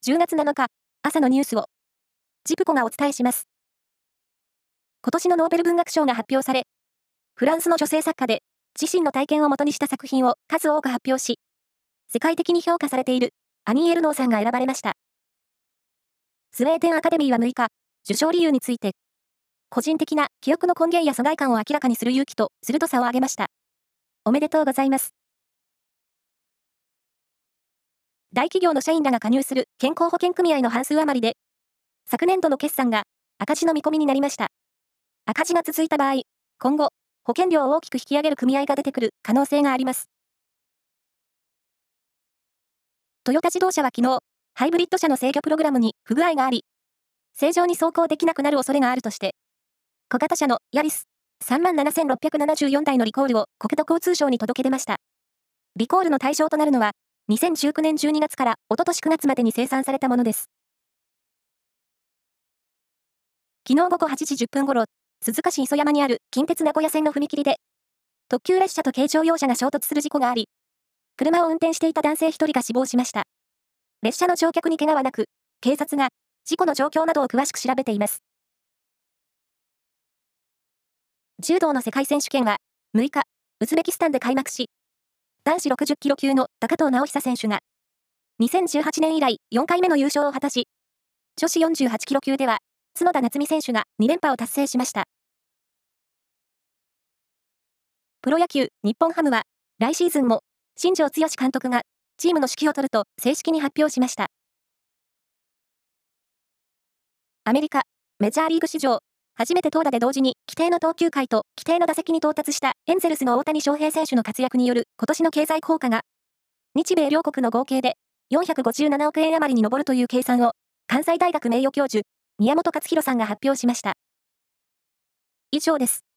10月7日、朝のニュースを、ジプコがお伝えします。今年のノーベル文学賞が発表され、フランスの女性作家で、自身の体験をもとにした作品を数多く発表し、世界的に評価されているアニー・エルノーさんが選ばれました。スウェーデンアカデミーは6日、受賞理由について、個人的な記憶の根源や疎外感を明らかにする勇気と鋭さを挙げました。おめでとうございます。大企業の社員らが加入する健康保険組合の半数余りで、昨年度の決算が赤字の見込みになりました。赤字が続いた場合、今後、保険料を大きく引き上げる組合が出てくる可能性があります。トヨタ自動車は昨日、ハイブリッド車の制御プログラムに不具合があり、正常に走行できなくなる恐れがあるとして、小型車のヤリス37,674台のリコールを国土交通省に届け出ました。リコールの対象となるのは、2019年12月からおととし9月までに生産されたものです。昨日午後8時10分ごろ、鈴鹿市磯山にある近鉄名古屋線の踏切で、特急列車と軽乗用車が衝突する事故があり、車を運転していた男性1人が死亡しました。列車の乗客に怪我はなく、警察が事故の状況などを詳しく調べています。柔道の世界選手権は6日、ウズベキスタンで開幕し、男子60キロ級の高藤直寿選手が、2018年以来4回目の優勝を果たし、女子48キロ級では、角田夏実選手が2連覇を達成しました。プロ野球、日本ハムは、来シーズンも、新庄剛志監督が、チームの指揮を執ると正式に発表しました。アメリカ、メジャーリーグ史上、初めて投打で同時に規定の投球回と規定の打席に到達したエンゼルスの大谷翔平選手の活躍による今年の経済効果が、日米両国の合計で457億円余りに上るという計算を、関西大学名誉教授、宮本勝弘さんが発表しました。以上です。